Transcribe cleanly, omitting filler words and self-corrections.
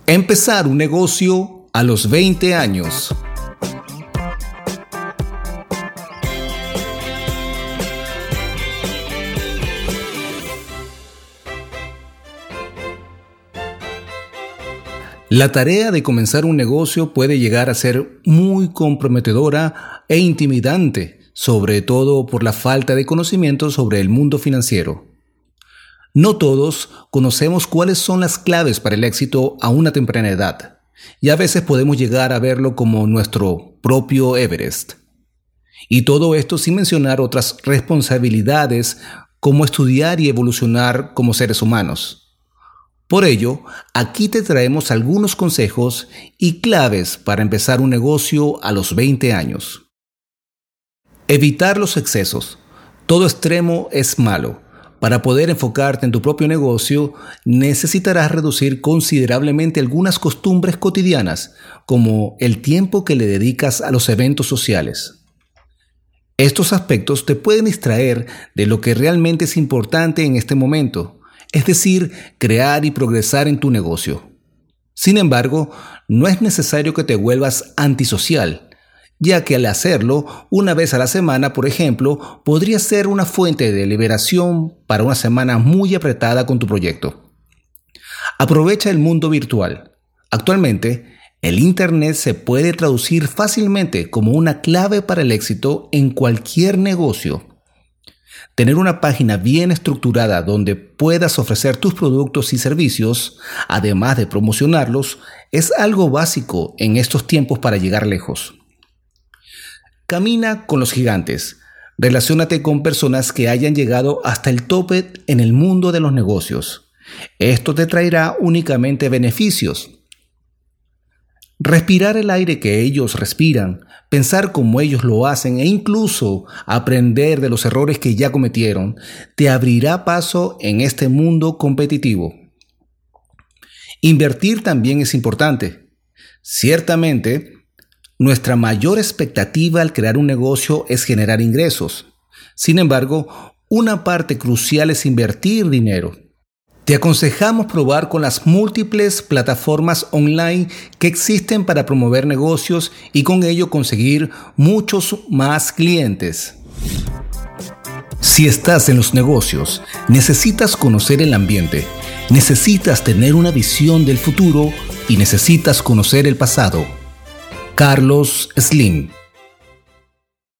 Empezar un negocio a los 20 años. La tarea de comenzar un negocio puede llegar a ser muy comprometedora e intimidante, sobre todo por la falta de conocimiento sobre el mundo financiero. No todos conocemos cuáles son las claves para el éxito a una temprana edad, y a veces podemos llegar a verlo como nuestro propio Everest. Y todo esto sin mencionar otras responsabilidades como estudiar y evolucionar como seres humanos. Por ello, aquí te traemos algunos consejos y claves para empezar un negocio a los 20 años. Evitar los excesos. Todo extremo es malo. Para poder enfocarte en tu propio negocio, necesitarás reducir considerablemente algunas costumbres cotidianas, como el tiempo que le dedicas a los eventos sociales. Estos aspectos te pueden distraer de lo que realmente es importante en este momento, es decir, crear y progresar en tu negocio. Sin embargo, no es necesario que te vuelvas antisocial, ya que al hacerlo una vez a la semana, por ejemplo, podría ser una fuente de liberación para una semana muy apretada con tu proyecto. Aprovecha el mundo virtual. Actualmente, el Internet se puede traducir fácilmente como una clave para el éxito en cualquier negocio. Tener una página bien estructurada donde puedas ofrecer tus productos y servicios, además de promocionarlos, es algo básico en estos tiempos para llegar lejos. Camina con los gigantes. Relaciónate con personas que hayan llegado hasta el tope en el mundo de los negocios. Esto te traerá únicamente beneficios. Respirar el aire que ellos respiran, pensar como ellos lo hacen e incluso aprender de los errores que ya cometieron, te abrirá paso en este mundo competitivo. Invertir también es importante. Ciertamente, nuestra mayor expectativa al crear un negocio es generar ingresos. Sin embargo, una parte crucial es invertir dinero. Te aconsejamos probar con las múltiples plataformas online que existen para promover negocios y con ello conseguir muchos más clientes. Si estás en los negocios, necesitas conocer el ambiente, necesitas tener una visión del futuro y necesitas conocer el pasado. Carlos Slim.